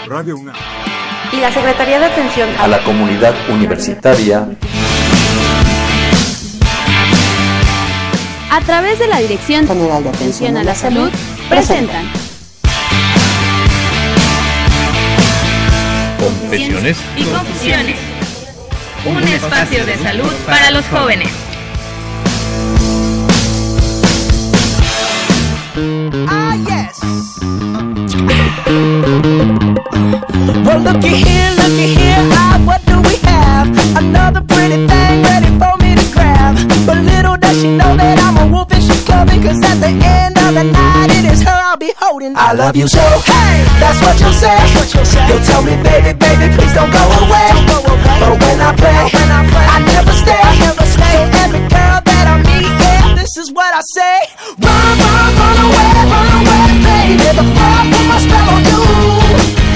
Radio UNAM y la Secretaría de Atención a la Comunidad Universitaria a través de la Dirección General de Atención a la Salud presentan Confesiones y Confusiones, un espacio de salud para los jóvenes. Well, looky here, what do we have? Another pretty thing ready for me to grab. But little does she know that I'm a wolf and she's clubbing. Cause at the end of the night, it is her I'll be holding. I love you so, hey, that's what you'll say. You'll tell me, baby, please don't go away. But when I play, I never stay. So every girl that I meet, yeah, this is what I say. Run away, baby. The fire put my spell on you.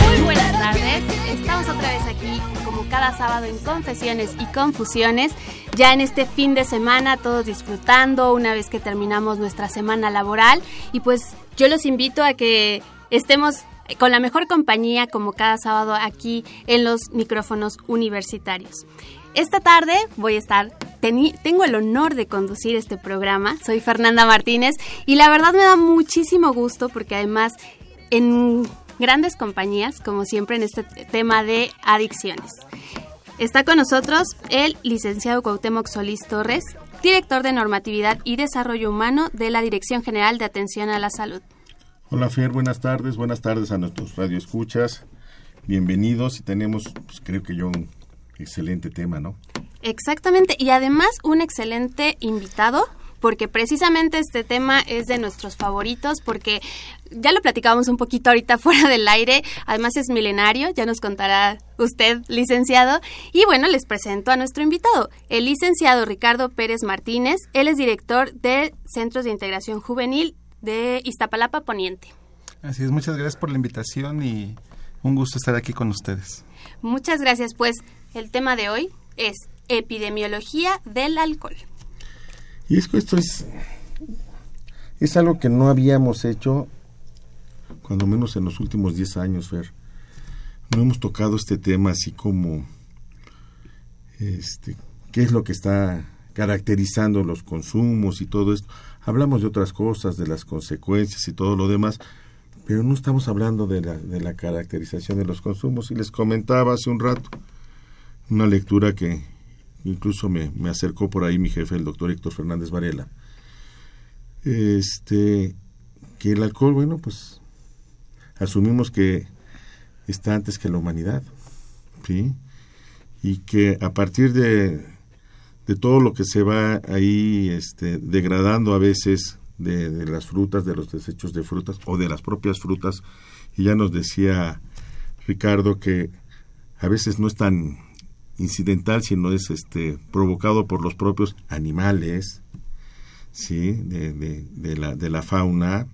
Cada sábado en Confesiones y Confusiones, ya en este fin de semana, todos disfrutando una vez que terminamos nuestra semana laboral, y pues yo los invito a que estemos con la mejor compañía como cada sábado aquí en los micrófonos universitarios. Esta tarde voy a estar, tengo el honor de conducir este programa, soy Fernanda Martínez y la verdad me da muchísimo gusto porque además en grandes compañías, como siempre en este tema de adicciones. Está con nosotros el licenciado Cuauhtémoc Solís Torres, director de Normatividad y Desarrollo Humano de la Dirección General de Atención a la Salud. Hola Fer, buenas tardes a nuestros radioescuchas, bienvenidos y tenemos, pues, creo que yo un excelente tema, ¿no? Exactamente, y además un excelente invitado, porque precisamente este tema es de nuestros favoritos, porque ya lo platicábamos un poquito ahorita fuera del aire, además es milenario, ya nos contará usted, licenciado, y bueno, les presento a nuestro invitado, el licenciado Ricardo Pérez Martínez, él es director de Centros de Integración Juvenil de Iztapalapa Poniente. Así es, muchas gracias por la invitación y un gusto estar aquí con ustedes. Muchas gracias, pues el tema de hoy es epidemiología del alcohol. Y es que esto es algo que no habíamos hecho, cuando menos en los últimos 10 años, Fer. No hemos tocado este tema así como, qué es lo que está caracterizando los consumos y todo esto. Hablamos de otras cosas, de las consecuencias y todo lo demás, pero no estamos hablando de la caracterización de los consumos. Y les comentaba hace un rato una lectura que incluso me acercó por ahí mi jefe, el doctor Héctor Fernández Varela, que el alcohol, bueno, pues asumimos que está antes que la humanidad, ¿sí? Y que a partir de todo lo que se va ahí degradando a veces de las frutas, de los desechos de frutas o de las propias frutas, y ya nos decía Ricardo que a veces no es tan incidental, sino es provocado por los propios animales, sí, de la fauna,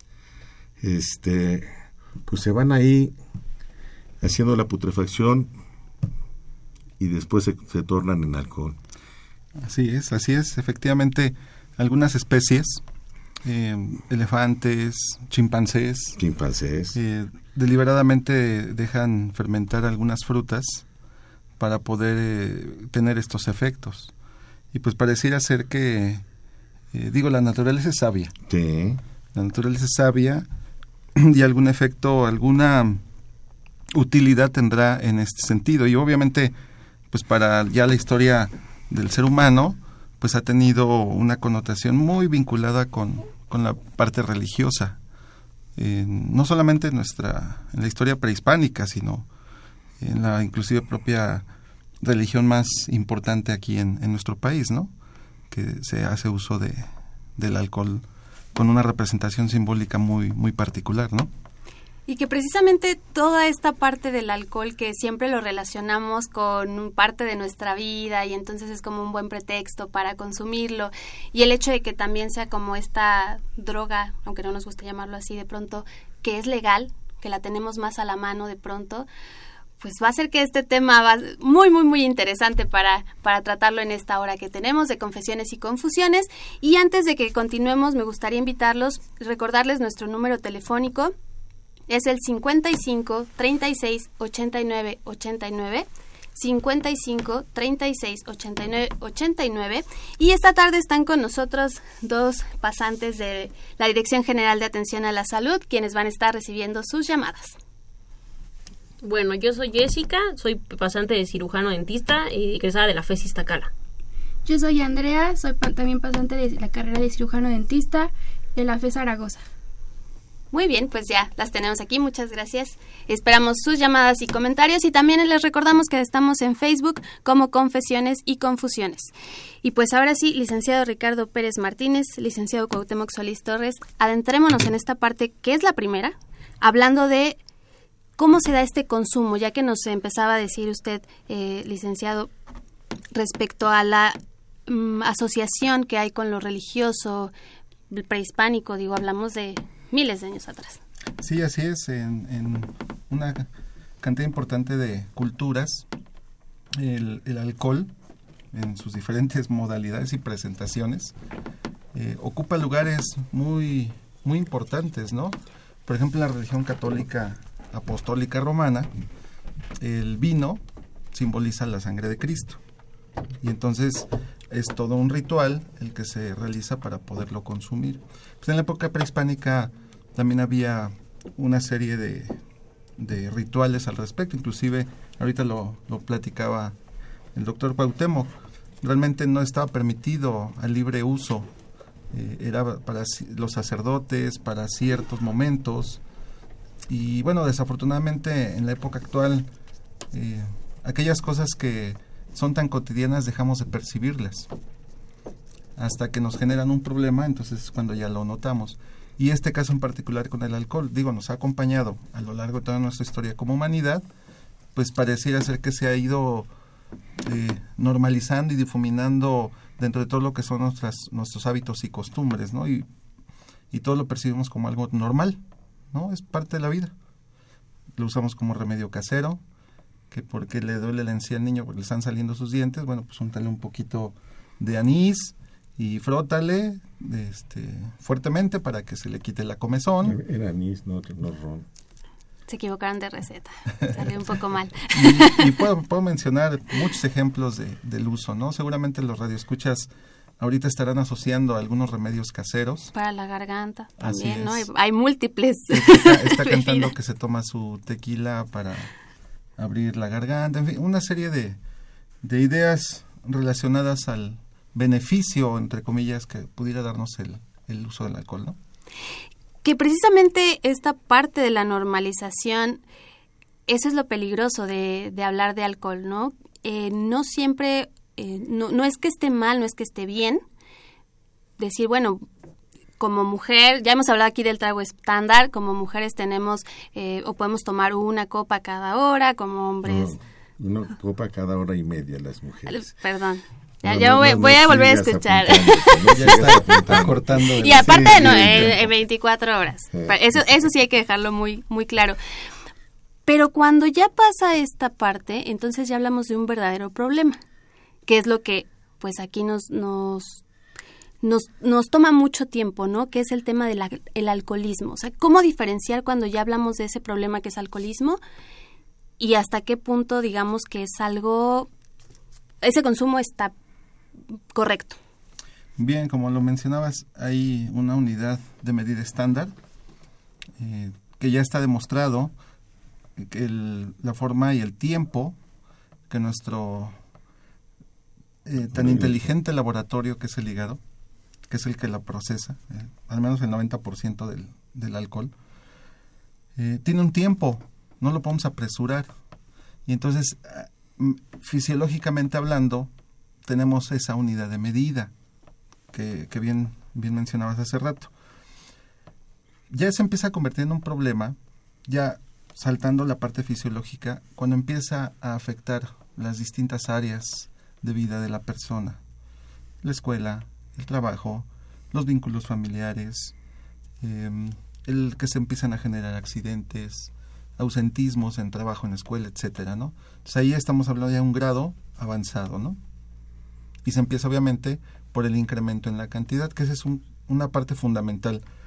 pues se van ahí haciendo la putrefacción y después se tornan en alcohol. Así es, efectivamente algunas especies, elefantes, chimpancés, deliberadamente dejan fermentar algunas frutas para poder tener estos efectos. Y pues pareciera ser que, la naturaleza es sabia. Sí. La naturaleza es sabia y algún efecto, alguna utilidad tendrá en este sentido. Y obviamente, pues para ya la historia del ser humano, pues ha tenido una connotación muy vinculada con la parte religiosa. No solamente en la historia prehispánica, sino en la inclusive propia religión más importante aquí en nuestro país, ¿no? Que se hace uso del alcohol con una representación simbólica muy, muy particular, ¿no? Y que precisamente toda esta parte del alcohol que siempre lo relacionamos con parte de nuestra vida y entonces es como un buen pretexto para consumirlo, y el hecho de que también sea como esta droga, aunque no nos gusta llamarlo así de pronto, que es legal, que la tenemos más a la mano de pronto, pues va a ser que este tema va muy, muy, muy interesante para tratarlo en esta hora que tenemos de Confesiones y Confusiones. Y antes de que continuemos, me gustaría recordarles nuestro número telefónico, Es el 55 36 89 89. 55 36 89 89, y esta tarde están con nosotros dos pasantes de la Dirección General de Atención a la Salud, quienes van a estar recibiendo sus llamadas. Bueno, yo soy Jessica, soy pasante de cirujano dentista y egresada de la FES Iztacala. Yo soy Andrea, soy también pasante de la carrera de cirujano dentista de la FES Zaragoza. Muy bien, pues ya las tenemos aquí, muchas gracias. Esperamos sus llamadas y comentarios, y también les recordamos que estamos en Facebook como Confesiones y Confusiones. Y pues ahora sí, licenciado Ricardo Pérez Martínez, licenciado Cuauhtémoc Solís Torres, adentrémonos en esta parte que es la primera, hablando de cómo se da este consumo, ya que nos empezaba a decir usted, licenciado, respecto a la asociación que hay con lo religioso, el prehispánico, digo, hablamos de miles de años atrás. Sí, así es. En una cantidad importante de culturas, el alcohol, en sus diferentes modalidades y presentaciones, ocupa lugares muy, muy importantes, ¿no? Por ejemplo, en la religión católica apostólica romana, el vino simboliza la sangre de Cristo. Y entonces es todo un ritual el que se realiza para poderlo consumir. Pues en la época prehispánica también había una serie de rituales al respecto, inclusive ahorita lo platicaba el doctor Cuauhtémoc, realmente no estaba permitido al libre uso, era para los sacerdotes, para ciertos momentos, y bueno, desafortunadamente en la época actual aquellas cosas que son tan cotidianas dejamos de percibirlas hasta que nos generan un problema, entonces es cuando ya lo notamos. Y este caso en particular con el alcohol, digo, nos ha acompañado a lo largo de toda nuestra historia como humanidad, pues pareciera ser que se ha ido normalizando y difuminando dentro de todo lo que son nuestros hábitos y costumbres, ¿no? Y todo lo percibimos como algo normal, ¿no? Es parte de la vida. Lo usamos como remedio casero, que porque le duele la encía al niño porque le están saliendo sus dientes, bueno, pues úntale un poquito de anís y frótale fuertemente para que se le quite la comezón. Era anís, no ron. Se equivocaron de receta, salió un poco mal. Y puedo mencionar muchos ejemplos del uso, ¿no? Seguramente los radioescuchas ahorita estarán asociando algunos remedios caseros. Para la garganta también, ¿no? Hay múltiples. Está cantando que se toma su tequila para abrir la garganta, en fin, una serie de ideas relacionadas al beneficio, entre comillas, que pudiera darnos el uso del alcohol, ¿no? Que precisamente esta parte de la normalización, eso es lo peligroso de hablar de alcohol, ¿no? No siempre, no es que esté mal, no es que esté bien, decir, bueno, como mujer, ya hemos hablado aquí del trago estándar, como mujeres tenemos o podemos tomar una copa cada hora, como hombres... No, una copa cada hora y media las mujeres. Perdón. Ya voy a volver a escuchar. Ya está cortando. Y aparte, en 24 horas. Eso sí hay que dejarlo muy, muy claro. Pero cuando ya pasa esta parte, entonces ya hablamos de un verdadero problema, que es lo que, pues aquí nos toma mucho tiempo, ¿no? Que es el tema del alcoholismo. O sea, ¿cómo diferenciar cuando ya hablamos de ese problema que es alcoholismo y hasta qué punto, digamos, que es algo, ese consumo está correcto? Bien, como lo mencionabas, hay una unidad de medida estándar que ya está demostrado que la forma y el tiempo que nuestro tan inteligente laboratorio que es el hígado, que es el que la procesa, al menos el 90% del alcohol, tiene un tiempo, no lo podemos apresurar. Y entonces, fisiológicamente hablando, tenemos esa unidad de medida que bien mencionabas hace rato. Ya se empieza a convertir en un problema, ya saltando la parte fisiológica, cuando empieza a afectar las distintas áreas de vida de la persona, la escuela, el trabajo, los vínculos familiares, el que se empiezan a generar accidentes, ausentismos en trabajo, en escuela, etcétera, ¿no? Entonces ahí estamos hablando ya de un grado avanzado, ¿no? Y se empieza obviamente por el incremento en la cantidad, que esa es una parte fundamental.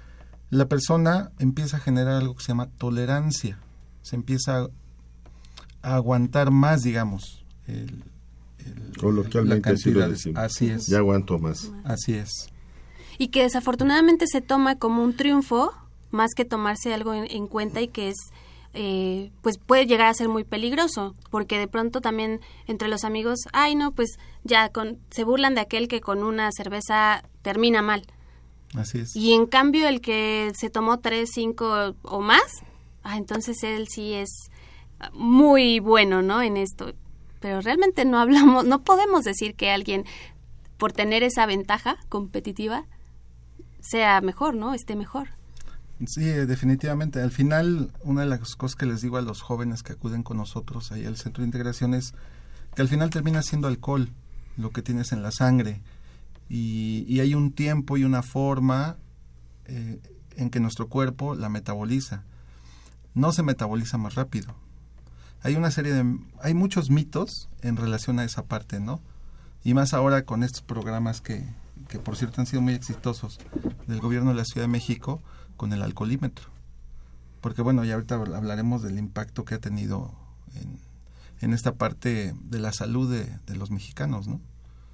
la persona empieza a generar algo que se llama tolerancia, se empieza a aguantar más, digamos, coloquialmente así lo decimos. Así es. Ya aguanto más. Así es. Y que desafortunadamente se toma como un triunfo, más que tomarse algo en cuenta, y que es, pues puede llegar a ser muy peligroso, porque de pronto también entre los amigos, ay no, pues ya se burlan de aquel que con una cerveza termina mal. Así es. Y en cambio el que se tomó 3, 5 o más, entonces él sí es muy bueno, ¿no? En esto. Pero realmente no podemos decir que alguien, por tener esa ventaja competitiva, sea mejor, ¿no? Esté mejor. Sí, definitivamente. Al final, una de las cosas que les digo a los jóvenes que acuden con nosotros ahí al centro de integración es que al final termina siendo alcohol lo que tienes en la sangre, y hay un tiempo y una forma en que nuestro cuerpo la metaboliza. No se metaboliza más rápido. Hay muchos mitos en relación a esa parte, ¿no? Y más ahora con estos programas que por cierto han sido muy exitosos del gobierno de la Ciudad de México con el alcoholímetro. Porque bueno, ya ahorita hablaremos del impacto que ha tenido en esta parte de la salud de los mexicanos, ¿no?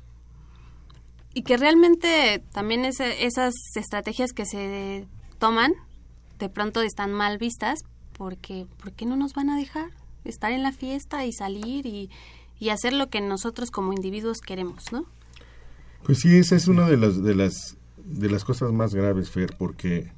Y que realmente también esas estrategias que se toman de pronto están mal vistas, porque ¿por qué no nos van a dejar estar en la fiesta y salir y hacer lo que nosotros como individuos queremos, ¿no? Pues sí, esa es una de las cosas más graves, Fer, porque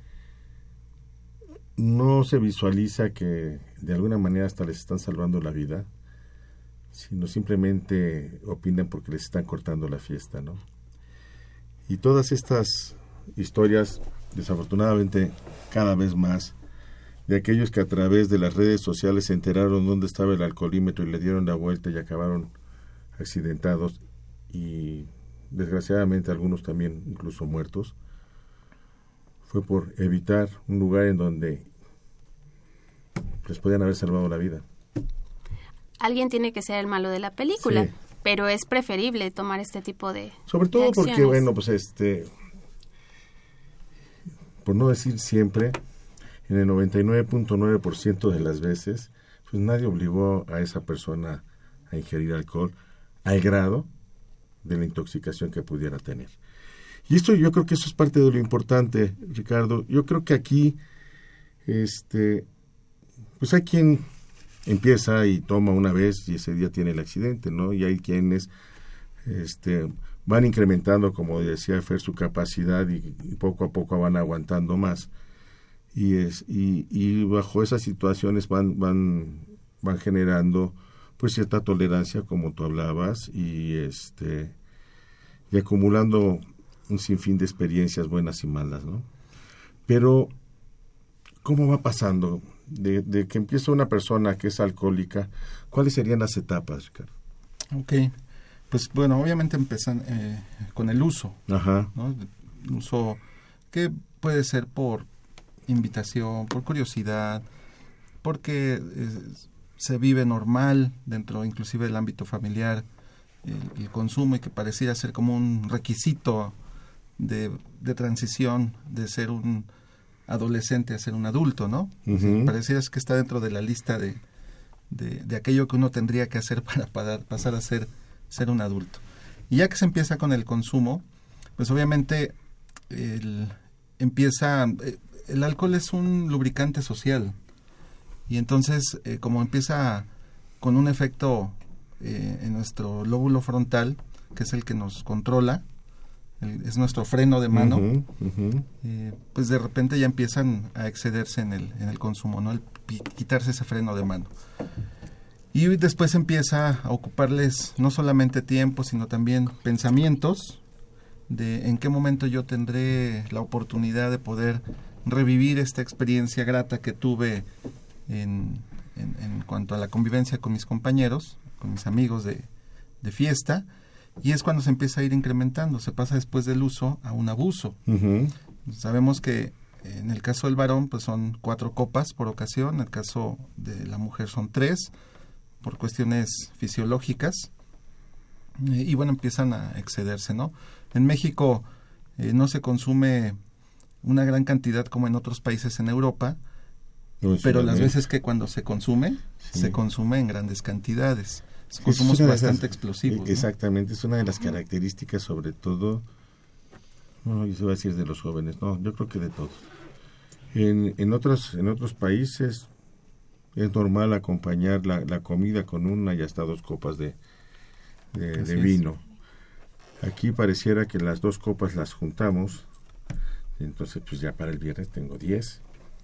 no se visualiza que de alguna manera hasta les están salvando la vida, sino simplemente opinan porque les están cortando la fiesta, ¿no? Y todas estas historias, desafortunadamente, cada vez más, de aquellos que a través de las redes sociales se enteraron dónde estaba el alcoholímetro y le dieron la vuelta y acabaron accidentados, y desgraciadamente algunos también incluso muertos, fue por evitar un lugar en donde les podían haber salvado la vida. Alguien tiene que ser el malo de la película, sí, pero es preferible tomar este tipo de sobre todo acciones. Porque, bueno, pues por no decir siempre, en el 99.9% de las veces, pues nadie obligó a esa persona a ingerir alcohol al grado de la intoxicación que pudiera tener. Y esto, yo creo que eso es parte de lo importante, Ricardo. Yo creo que aquí, pues hay quien empieza y toma una vez y ese día tiene el accidente, ¿no? Y hay quienes van incrementando, como decía Fer, su capacidad y poco a poco van aguantando más. Y bajo esas situaciones van generando pues cierta tolerancia, como tú hablabas, y acumulando un sinfín de experiencias buenas y malas, ¿no? Pero ¿cómo va pasando? De que empieza una persona que es alcohólica, ¿cuáles serían las etapas, Ricardo? Ok, pues bueno, obviamente empiezan con el uso. Ajá. ¿No? El uso que puede ser por invitación, por curiosidad, porque se vive normal dentro inclusive del ámbito familiar el consumo, y que pareciera ser como un requisito de transición de ser un adolescente a ser un adulto, ¿no? Uh-huh. O sea, pareciera que está dentro de la lista de aquello que uno tendría que hacer para pasar a ser un adulto. Y ya que se empieza con el consumo, pues obviamente el alcohol es un lubricante social, y entonces como empieza con un efecto en nuestro lóbulo frontal, que es el que nos controla, es nuestro freno de mano, uh-huh, uh-huh. Pues de repente ya empiezan a excederse en el consumo, ¿no? El quitarse ese freno de mano. Y después empieza a ocuparles no solamente tiempo, sino también pensamientos de en qué momento yo tendré la oportunidad de poder revivir esta experiencia grata que tuve en cuanto a la convivencia con mis compañeros, con mis amigos de fiesta, y es cuando se empieza a ir incrementando, se pasa después del uso a un abuso. Uh-huh. Sabemos que en el caso del varón pues son 4 copas por ocasión, en el caso de la mujer son 3, por cuestiones fisiológicas, y bueno, empiezan a excederse, ¿no? En México no se consume una gran cantidad como en otros países en Europa, pero las veces que cuando se consume en grandes cantidades. Consumos bastante explosivos. Exactamente, ¿no? Es una de las características, sobre todo, no, yo se va a decir de los jóvenes, no, yo creo que de todos. En otros países es normal acompañar la comida con una y hasta 2 copas de vino. Aquí pareciera que las 2 copas las juntamos, y entonces pues ya para el viernes tengo 10.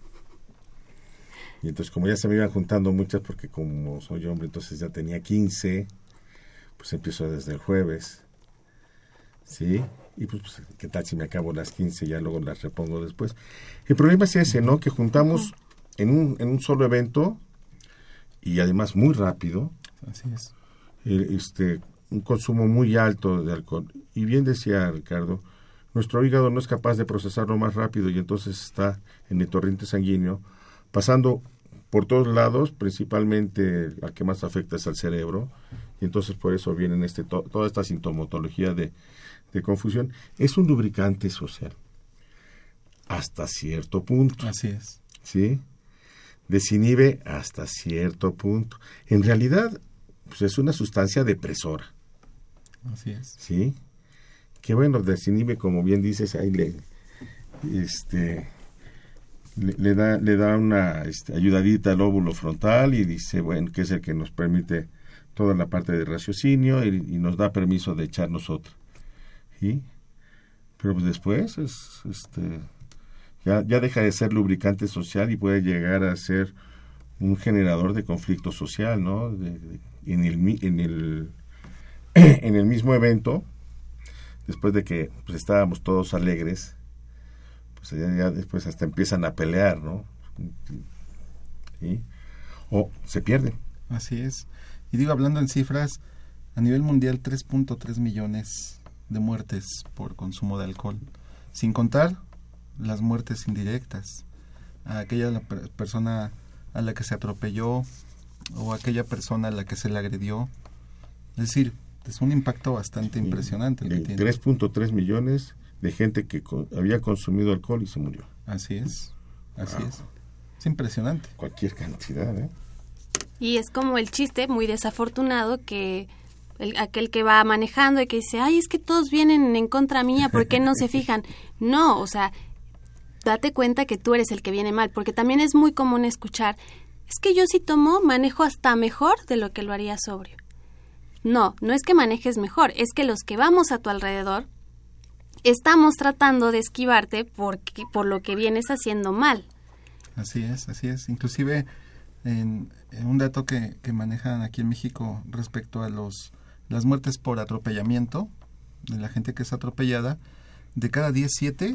Y entonces como ya se me iban juntando muchas, porque como soy hombre entonces ya tenía 15, pues empiezo desde el jueves, ¿sí? Y pues ¿qué tal si me acabo las 15 y ya luego las repongo después? El problema es ese, ¿no? Que juntamos en un solo evento, y además muy rápido. Así es. Un consumo muy alto de alcohol. Y bien decía Ricardo, nuestro hígado no es capaz de procesarlo más rápido, y entonces está en el torrente sanguíneo, pasando por todos lados, principalmente al que más afecta es al cerebro, y entonces por eso vienen toda esta sintomatología de confusión. Es un lubricante social, hasta cierto punto. Así es. ¿Sí? Desinhibe hasta cierto punto. En realidad, pues es una sustancia depresora. Así es. ¿Sí? Que bueno, desinhibe, como bien dices, ahí le da una ayudadita al lóbulo frontal, y dice, bueno, que es el que nos permite toda la parte de raciocinio, y nos da permiso de echarnos otra. ¿Sí? Pero pues después ya deja de ser lubricante social y puede llegar a ser un generador de conflicto social, ¿no? En el mismo evento, después de que pues estábamos todos alegres, pues ya después hasta empiezan a pelear, ¿no? ¿Sí? O se pierden. Así es. Y digo, hablando en cifras, a nivel mundial 3.3 millones de muertes por consumo de alcohol, sin contar las muertes indirectas, a aquella persona a la que se atropelló o aquella persona a la que se le agredió. Es decir, es un impacto bastante impresionante el que tiene. 3.3 millones de gente que había consumido alcohol y se murió. Así es, así es. Es impresionante. Cualquier cantidad, ¿eh? Y es como el chiste muy desafortunado que aquel que va manejando y que dice, ay, es que todos vienen en contra mía, ¿por qué no se fijan? No, o sea, date cuenta que tú eres el que viene mal, porque también es muy común escuchar, es que yo si tomo, manejo hasta mejor de lo que lo haría sobrio. No, no es que manejes mejor, es que los que vamos a tu alrededor estamos tratando de esquivarte por lo que vienes haciendo mal. Así es, así es. Inclusive en un dato que manejan aquí en México respecto a las muertes por atropellamiento, de la gente que es atropellada, de cada 10, 7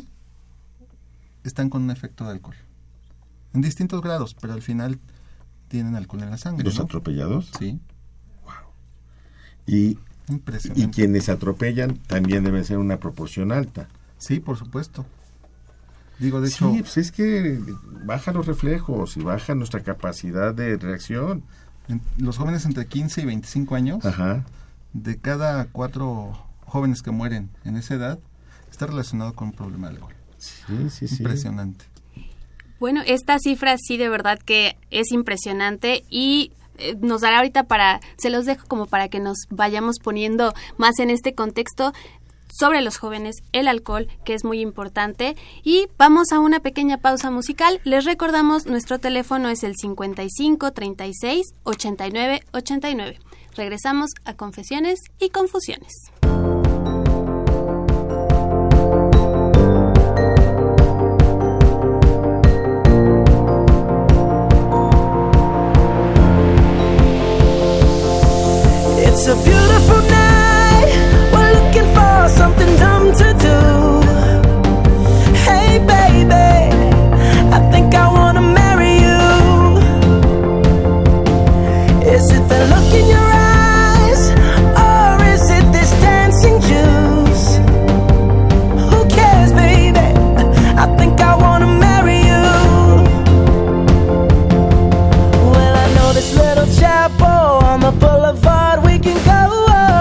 están con un efecto de alcohol. En distintos grados, pero al final tienen alcohol en la sangre. ¿Los ¿no? atropellados? Sí. Wow. Y quienes atropellan también debe ser una proporción alta. Sí, por supuesto. Digo, de hecho... Sí, pues es que baja los reflejos y baja nuestra capacidad de reacción. Los jóvenes entre 15 y 25 años, Ajá. de cada 4 jóvenes que mueren en esa edad, está relacionado con un problema de alcohol. Sí. Impresionante. Bueno, esta cifra sí de verdad que es impresionante y nos dará ahorita se los dejo como para que nos vayamos poniendo más en este contexto sobre los jóvenes, el alcohol, que es muy importante. Y vamos a una pequeña pausa musical. Les recordamos, nuestro teléfono es el 55 36 89 89. Regresamos a Confesiones y Confusiones. It's a beautiful night. We're looking for something dumb to do. Hey baby, I think I wanna marry you. Is it the look in your eyes, or is it this dancing juice? Who cares, baby? I think I wanna marry you. Well, I know this little chapel on the boulevard we can go.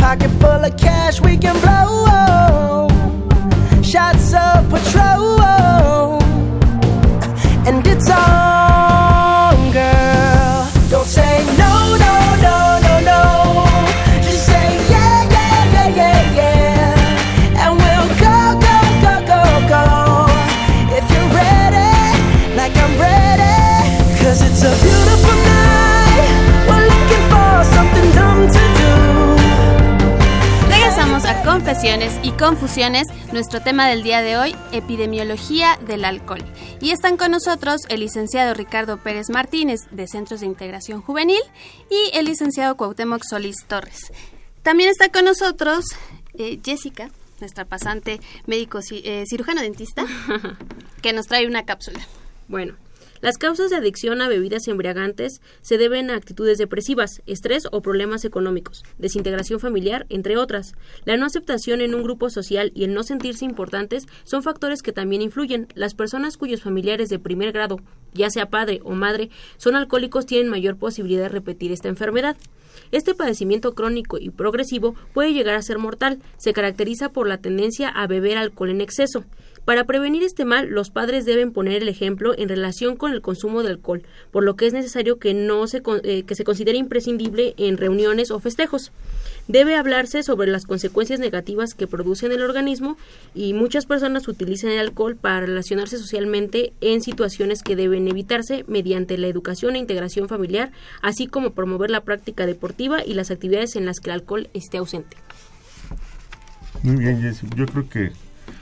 pocket full of cash we can blow. Shots of Patrol, and it's on, girl. Don't say no, no, no, no, no. Just say yeah, yeah, yeah, yeah, yeah. And we'll go, go, go, go, go. If you're ready, like I'm ready. 'Cause it's a beautiful night. We're looking for something dumb to do. Regresamos a Confesiones y Confusiones. Nuestro tema del día de hoy, epidemiología del alcohol. Y están con nosotros el licenciado Ricardo Pérez Martínez, de Centros de Integración Juvenil, y el licenciado Cuauhtémoc Solís Torres. También está con nosotros Jessica, nuestra pasante médico cirujano dentista, que nos trae una cápsula. Bueno, las causas de adicción a bebidas embriagantes se deben a actitudes depresivas, estrés o problemas económicos, desintegración familiar, entre otras. La no aceptación en un grupo social y el no sentirse importantes son factores que también influyen. Las personas cuyos familiares de primer grado, ya sea padre o madre, son alcohólicos tienen mayor posibilidad de repetir esta enfermedad. Este padecimiento crónico y progresivo puede llegar a ser mortal. Se caracteriza por la tendencia a beber alcohol en exceso. Para prevenir este mal, los padres deben poner el ejemplo en relación con el consumo de alcohol, por lo que es necesario que se considere imprescindible en reuniones o festejos. Debe hablarse sobre las consecuencias negativas que produce en el organismo, y muchas personas utilizan el alcohol para relacionarse socialmente en situaciones que deben evitarse mediante la educación e integración familiar, así como promover la práctica deportiva y las actividades en las que el alcohol esté ausente. Muy bien, Jessy. Yo creo que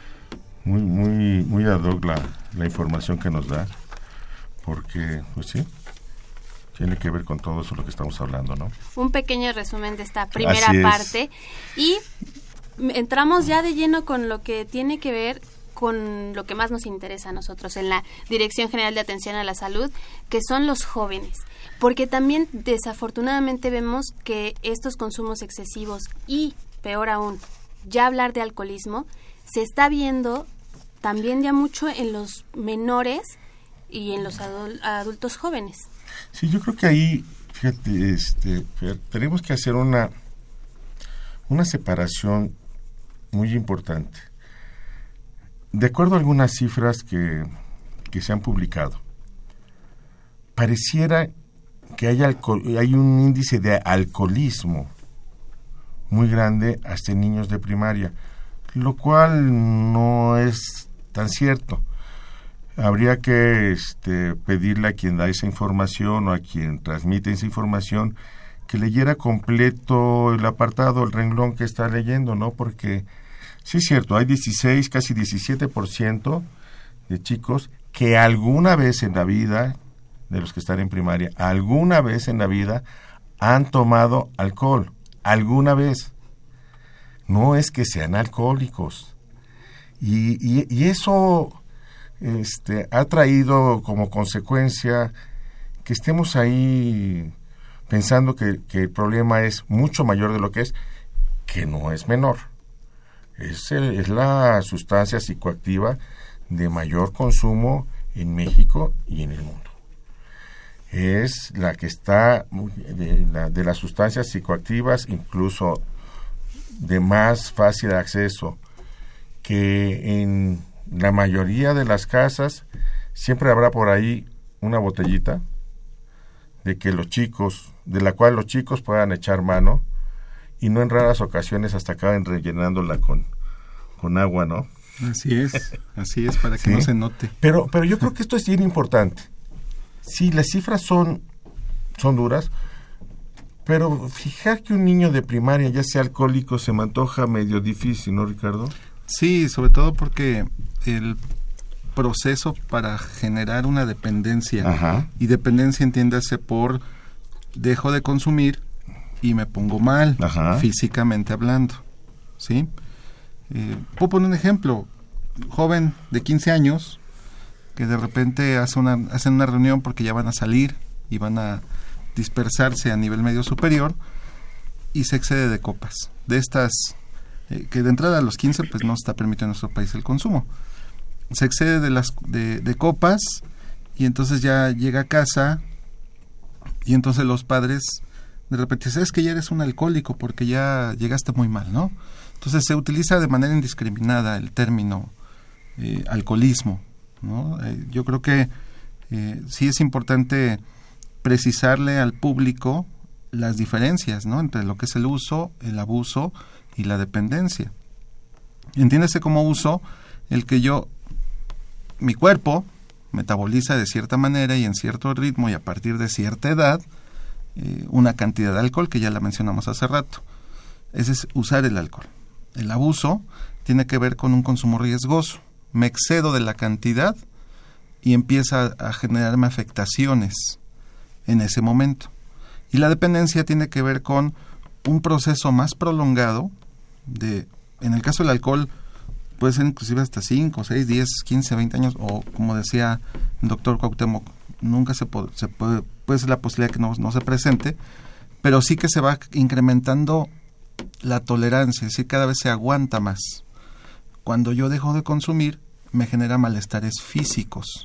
muy ad hoc la información que nos da, porque, pues sí, tiene que ver con todo eso lo que estamos hablando, ¿no? Un pequeño resumen de esta primera parte, y entramos ya de lleno con lo que tiene que ver con lo que más nos interesa a nosotros en la Dirección General de Atención a la Salud, que son los jóvenes, porque también desafortunadamente vemos que estos consumos excesivos y, peor aún, ya hablar de alcoholismo se está viendo también ya mucho en los menores y en los adultos jóvenes. Sí, yo creo que ahí, fíjate, tenemos que hacer una separación muy importante. De acuerdo a algunas cifras que se han publicado, pareciera que hay un índice de alcoholismo muy grande hasta en niños de primaria, lo cual no es tan cierto. Habría que pedirle a quien da esa información o a quien transmite esa información que leyera completo el apartado, el renglón que está leyendo, ¿no? Porque sí es cierto, hay 16, casi 17% de chicos que alguna vez en la vida, de los que están en primaria, alguna vez en la vida han tomado alcohol, alguna vez. No es que sean alcohólicos. Y eso ha traído como consecuencia que estemos ahí pensando que el problema es mucho mayor de lo que es, que no es menor. Es la sustancia psicoactiva de mayor consumo en México y en el mundo. Es la que está de las sustancias psicoactivas, incluso de más fácil acceso, que en la mayoría de las casas siempre habrá por ahí una botellita de la cual los chicos puedan echar mano, y no en raras ocasiones hasta acaben rellenándola con agua, ¿no? Así es, para que no se note. Pero yo creo que esto es bien importante. Sí, las cifras son duras, pero fijar que un niño de primaria ya sea alcohólico se me antoja medio difícil, ¿no, Ricardo? Sí, sobre todo porque el proceso para generar una dependencia, ajá, y dependencia entiéndase por dejo de consumir y me pongo mal, ajá, físicamente hablando, ¿sí? Puedo poner un ejemplo, joven de 15 años que de repente hacen una reunión porque ya van a salir y van a dispersarse a nivel medio superior y se excede de copas, de estas que de entrada a los 15 pues no está permitido en nuestro país el consumo. Se excede de copas y entonces ya llega a casa y entonces los padres de repente, sabes que ya eres un alcohólico porque ya llegaste muy mal, ¿no? Entonces se utiliza de manera indiscriminada el término alcoholismo, ¿no? Yo creo que sí es importante precisarle al público las diferencias, ¿no?, entre lo que es el uso, el abuso y la dependencia. Entiéndase como uso el que mi cuerpo metaboliza de cierta manera y en cierto ritmo y a partir de cierta edad una cantidad de alcohol, que ya la mencionamos hace rato. Ese es usar el alcohol. El abuso tiene que ver con un consumo riesgoso. Me excedo de la cantidad y empieza a generarme afectaciones en ese momento. Y la dependencia tiene que ver con un proceso más prolongado en el caso del alcohol, puede ser inclusive hasta 5, 6, 10, 15, 20 años, o como decía el doctor Cuauhtémoc, nunca puede ser la posibilidad que no se presente, pero sí que se va incrementando la tolerancia, es decir, cada vez se aguanta más. Cuando yo dejo de consumir, me genera malestares físicos.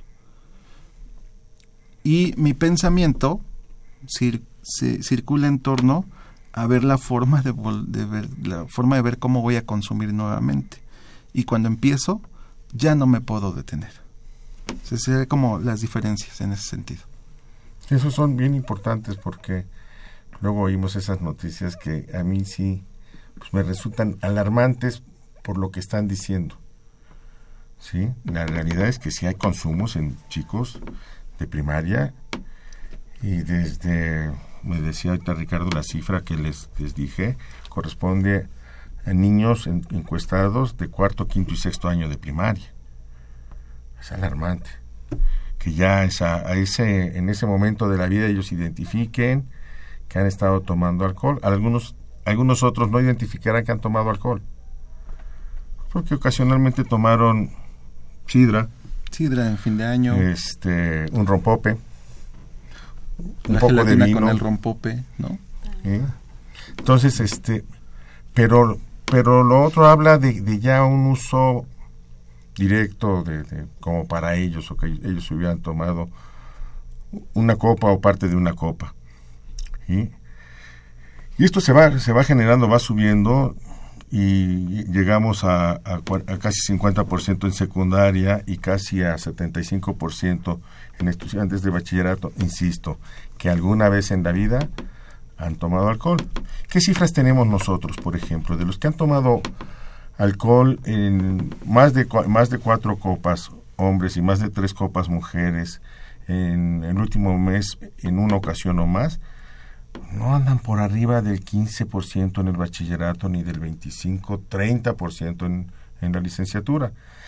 Y mi pensamiento circula en torno a ver la forma de ver cómo voy a consumir nuevamente. Y cuando empiezo, ya no me puedo detener. Se ve como las diferencias en ese sentido. Esos son bien importantes porque luego oímos esas noticias que a mí sí pues me resultan alarmantes por lo que están diciendo. ¿Sí? La realidad es que sí hay consumos en chicos de primaria y me decía ahorita Ricardo, la cifra que les dije corresponde a niños encuestados de 4., 5. y 6. año de primaria. Es alarmante que ya en ese momento de la vida ellos identifiquen que han estado tomando alcohol. Algunos otros no identificarán que han tomado alcohol porque ocasionalmente tomaron sidra en fin de año, un rompope, un la poco de vino con el rompope, ¿no? Entonces pero lo otro habla de ya un uso directo como para ellos, o que ellos hubieran tomado una copa o parte de una copa. Y esto se va generando, va subiendo y llegamos a casi 50% en secundaria y casi a 75% en estudiantes de bachillerato, insisto, que alguna vez en la vida han tomado alcohol. ¿Qué cifras tenemos nosotros, por ejemplo, de los que han tomado alcohol en más de 4 copas hombres y más de 3 copas mujeres en el último mes, en una ocasión o más? No andan por arriba del 15% en el bachillerato, ni del 25, 30% en la licenciatura.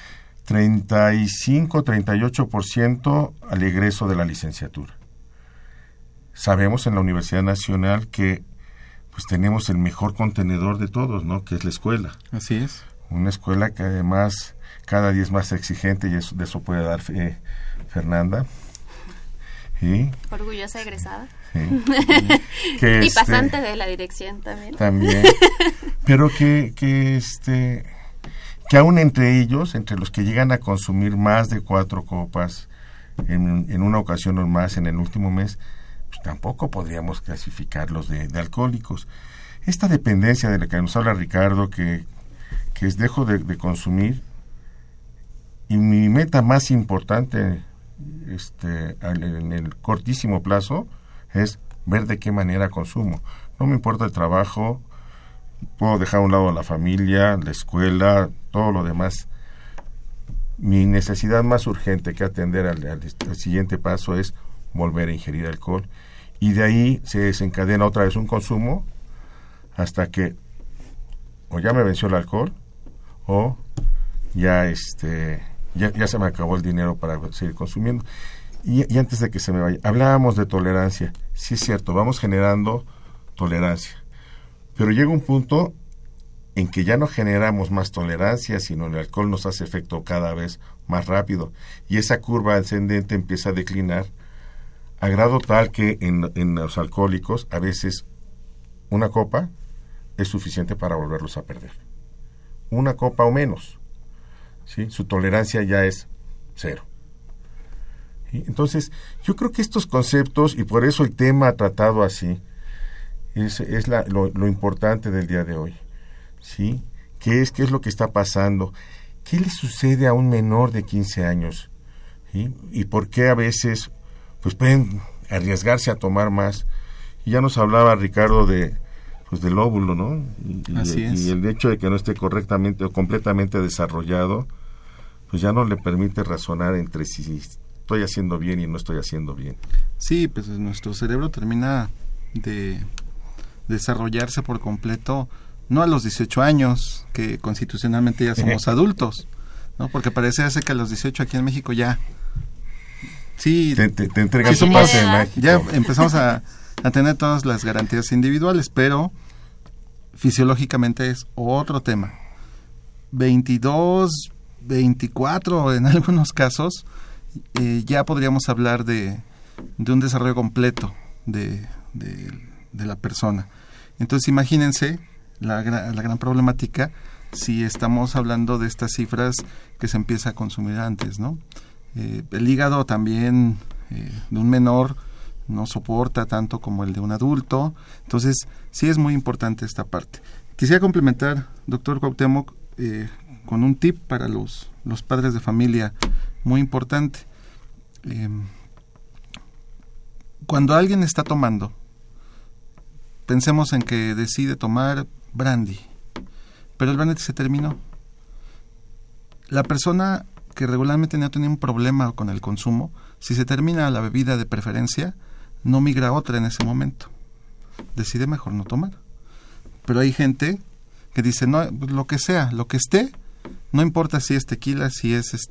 35, 38% al egreso de la licenciatura. Sabemos en la Universidad Nacional que pues tenemos el mejor contenedor de todos, ¿no?, que es la escuela. Así es. Una escuela que además cada día es más exigente y de eso puede dar fe Fernanda. ¿Sí? Orgullosa egresada. Sí. Y pasante de la dirección también. También. Pero que aún entre ellos, entre los que llegan a consumir más de 4 copas en una ocasión o más en el último mes, pues tampoco podríamos clasificarlos de alcohólicos. Esta dependencia de la que nos habla Ricardo, que es dejo de consumir, y mi meta más importante en el cortísimo plazo es ver de qué manera consumo. No me importa el trabajo, puedo dejar a un lado a la familia, la escuela, todo lo demás. Mi necesidad más urgente que atender al siguiente paso es volver a ingerir alcohol, y de ahí se desencadena otra vez un consumo hasta que o ya me venció el alcohol o ya se me acabó el dinero para seguir consumiendo. Y antes de que se me vaya, hablábamos de tolerancia. Sí es cierto, vamos generando tolerancia, pero llega un punto en que ya no generamos más tolerancia, sino el alcohol nos hace efecto cada vez más rápido, y esa curva ascendente empieza a declinar a grado tal que en los alcohólicos a veces una copa es suficiente para volverlos a perder. Una copa o menos, ¿sí? Su tolerancia ya es 0. ¿Sí? Entonces, yo creo que estos conceptos, y por eso el tema tratado así, es lo importante del día de hoy, ¿sí? ¿Qué es lo que está pasando? ¿Qué le sucede a un menor de 15 años? ¿Sí? ¿Y por qué a veces pues pueden arriesgarse a tomar más? Y ya nos hablaba Ricardo del óvulo, ¿no? Así es. Y el hecho de que no esté correctamente o completamente desarrollado, pues ya no le permite razonar entre si estoy haciendo bien y no estoy haciendo bien. Sí, pues nuestro cerebro termina de desarrollarse por completo, no a los 18 años, que constitucionalmente ya somos adultos, ¿no? Porque parece que a los 18 aquí en México ya... Sí, te entregas tu pase en México. Ya empezamos a tener todas las garantías individuales, pero fisiológicamente es otro tema. 22, 24 en algunos casos, ya podríamos hablar de un desarrollo completo de la persona. Entonces imagínense la gran problemática si estamos hablando de estas cifras que se empieza a consumir antes, ¿no? El hígado también de un menor no soporta tanto como el de un adulto, entonces sí es muy importante esta parte. Quisiera complementar, doctor Cuauhtémoc, con un tip para los padres de familia muy importante. Cuando alguien está tomando, pensemos en que decide tomar brandy, pero el brandy se terminó. La persona que regularmente no tiene un problema con el consumo, si se termina la bebida de preferencia, no migra a otra en ese momento. Decide mejor no tomar. Pero hay gente que dice, no, lo que sea, lo que esté, no importa si es tequila, si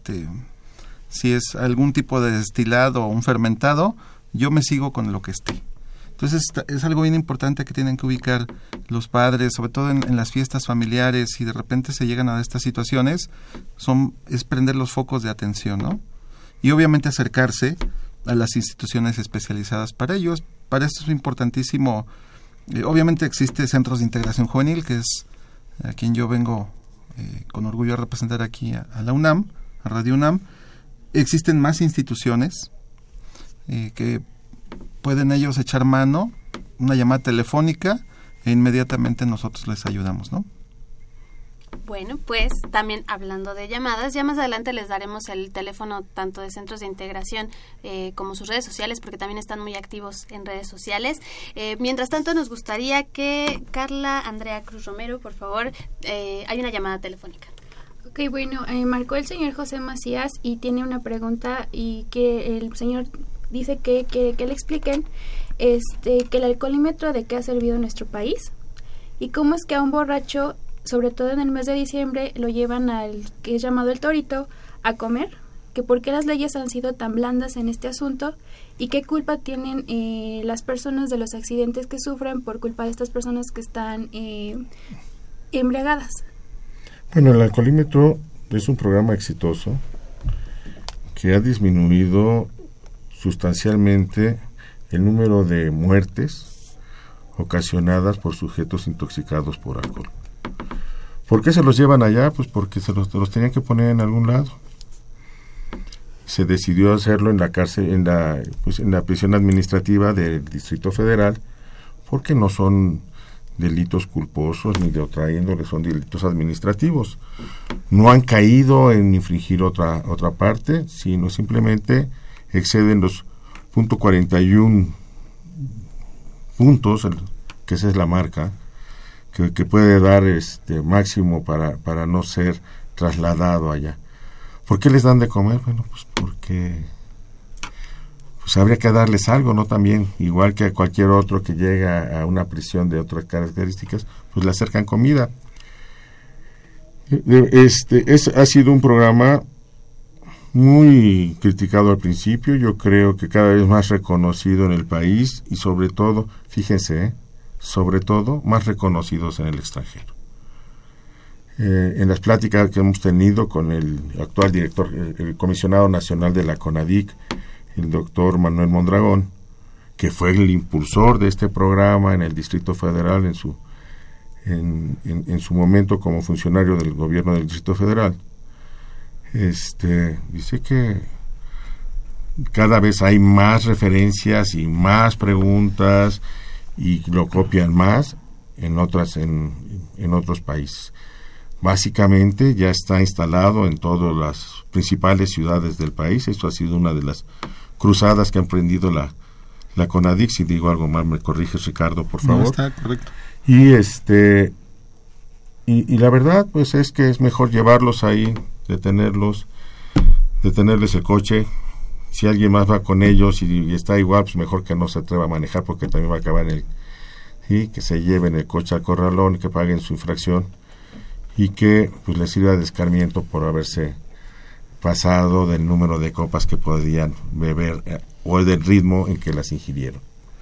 es algún tipo de destilado o un fermentado, yo me sigo con lo que esté. Entonces es algo bien importante que tienen que ubicar los padres, sobre todo en las fiestas familiares, si de repente se llegan a estas situaciones, es prender los focos de atención, ¿no? Y obviamente acercarse a las instituciones especializadas para ellos. Para esto es importantísimo. Obviamente existe Centros de Integración Juvenil, que es a quien yo vengo con orgullo a representar aquí a la UNAM, a Radio UNAM. Existen más instituciones que pueden ellos echar mano, una llamada telefónica, e inmediatamente nosotros les ayudamos, ¿no? Bueno, pues también hablando de llamadas, ya más adelante les daremos el teléfono tanto de Centros de Integración como sus redes sociales, porque también están muy activos en redes sociales. Mientras tanto, nos gustaría que Carla Andrea Cruz Romero, por favor, hay una llamada telefónica. Ok, bueno, marcó el señor José Macías y tiene una pregunta y que el señor dice que le expliquen que el alcoholímetro de qué ha servido en nuestro país y cómo es que a un borracho, sobre todo en el mes de diciembre, lo llevan al que es llamado el torito a comer, que por qué las leyes han sido tan blandas en este asunto y qué culpa tienen las personas de los accidentes que sufren por culpa de estas personas que están embriagadas. Bueno, el alcoholímetro es un programa exitoso que ha disminuido sustancialmente el número de muertes ocasionadas por sujetos intoxicados por alcohol. ¿Por qué se los llevan allá? Pues porque se los tenían que poner en algún lado. Se decidió hacerlo en la cárcel, en la prisión administrativa del Distrito Federal, porque no son delitos culposos ni de otra índole, son delitos administrativos. No han caído en infringir otra parte, sino simplemente exceden los .41 puntos, que esa es la marca que puede dar máximo para no ser trasladado allá. ¿Por qué les dan de comer? Bueno, pues porque pues habría que darles algo, ¿no? También, igual que a cualquier otro que llega a una prisión de otras características, pues le acercan comida. Ha sido un programa muy criticado al principio, yo creo que cada vez más reconocido en el país y sobre todo, fíjense, sobre todo más reconocidos en el extranjero. En las pláticas que hemos tenido con el actual director, el comisionado nacional de la CONADIC, el doctor Manuel Mondragón, que fue el impulsor de este programa en el Distrito Federal en su momento como funcionario del gobierno del Distrito Federal, dice que cada vez hay más referencias y más preguntas y lo copian más en otros países. Básicamente ya está instalado en todas las principales ciudades del país. Esto ha sido una de las cruzadas que ha emprendido la CONADIC. Si digo algo mal, me corriges, Ricardo, por favor. No, está correcto. Y y la verdad, pues es que es mejor llevarlos ahí, detenerles el coche. Si alguien más va con ellos y está igual, pues mejor que no se atreva a manejar, porque también va a acabar que se lleven el coche al corralón, que paguen su infracción y que pues les sirva de escarmiento por haberse pasado del número de copas que podían beber o del ritmo en que las ingirieron.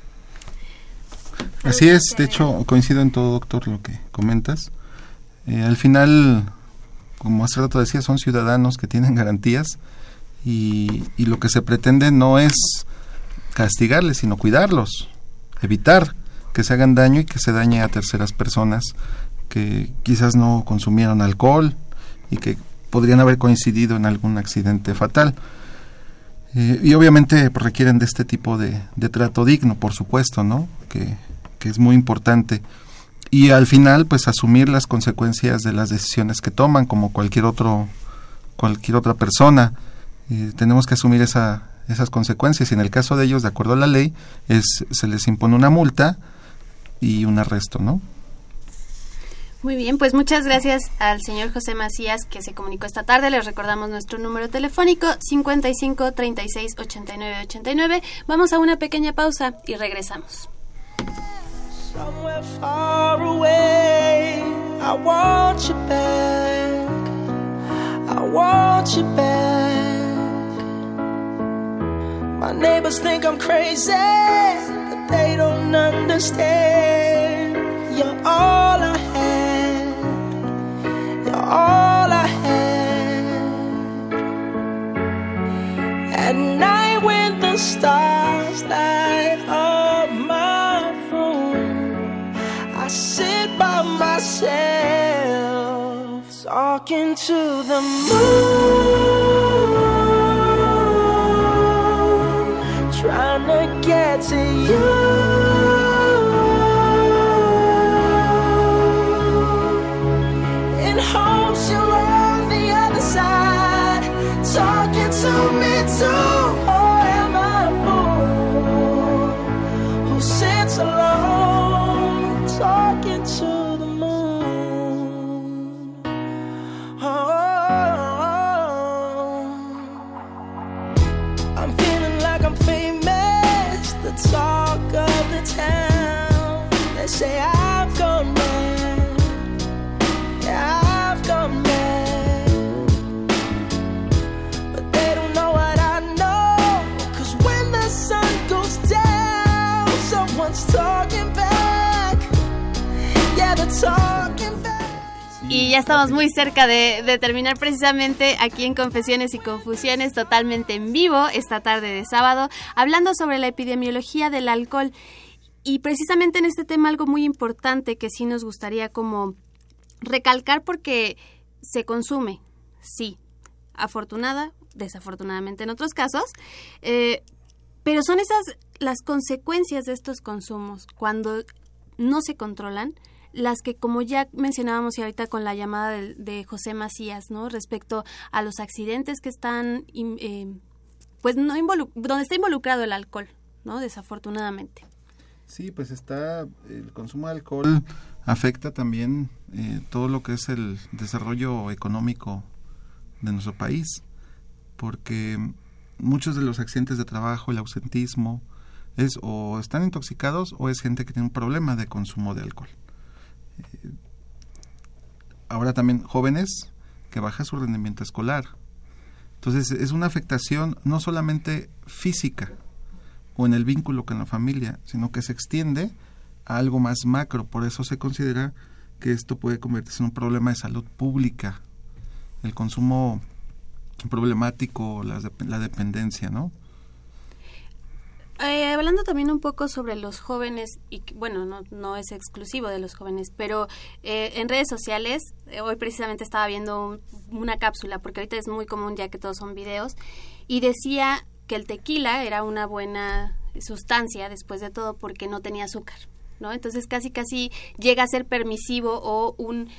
Así es, de hecho coincido en todo, doctor, lo que comentas. Al final, como hace rato decía, son ciudadanos que tienen garantías y lo que se pretende no es castigarles, sino cuidarlos, evitar que se hagan daño y que se dañe a terceras personas que quizás no consumieron alcohol y que podrían haber coincidido en algún accidente fatal. Y obviamente pues, requieren de este tipo de trato digno, por supuesto, ¿no? Que es muy importante. Y al final, pues asumir las consecuencias de las decisiones que toman, como cualquier otra persona. Tenemos que asumir esas consecuencias, y en el caso de ellos, de acuerdo a la ley, se les impone una multa y un arresto, ¿no? Muy bien, pues muchas gracias al señor José Macías que se comunicó esta tarde. Les recordamos nuestro número telefónico 55 36 89 89. Vamos a una pequeña pausa y regresamos. Somewhere far away, I want you back, I want you back. My neighbors think I'm crazy, but they don't understand. You're all I had, you're all I had. At night when the stars light up my room, I sit by myself, talking to the moon, trying to get to you. In hopes you're on the other side, talking to me too. Or am I a fool who sits alone, talking to the moon? I'm feeling like I'm famous, the talk of the town. They say I've gone mad, yeah, I've gone mad. But they don't know what I know, 'cause when the sun goes down, someone's talking back, yeah, they're talking back. Y ya estamos muy cerca de terminar precisamente aquí en Confesiones y Confusiones, totalmente en vivo, esta tarde de sábado, hablando sobre la epidemiología del alcohol. Y precisamente en este tema algo muy importante que sí nos gustaría como recalcar, porque se consume, sí, desafortunadamente en otros casos, pero son esas las consecuencias de estos consumos cuando no se controlan, las que, como ya mencionábamos y ahorita con la llamada de José Macías, ¿no? Respecto a los accidentes que están, pues no donde está involucrado el alcohol, ¿no? Desafortunadamente. Sí, pues el consumo de alcohol afecta también todo lo que es el desarrollo económico de nuestro país, porque muchos de los accidentes de trabajo, el ausentismo, es o están intoxicados o es gente que tiene un problema de consumo de alcohol. Ahora también jóvenes que baja su rendimiento escolar. Entonces es una afectación no solamente física o en el vínculo con la familia, sino que se extiende a algo más macro. Por eso se considera que esto puede convertirse en un problema de salud pública, el consumo problemático, la dependencia, ¿no? Hablando también un poco sobre los jóvenes, y bueno, no es exclusivo de los jóvenes, pero en redes sociales, hoy precisamente estaba viendo una cápsula, porque ahorita es muy común ya que todos son videos, y decía que el tequila era una buena sustancia después de todo porque no tenía azúcar, ¿no? Entonces casi llega a ser permisivo o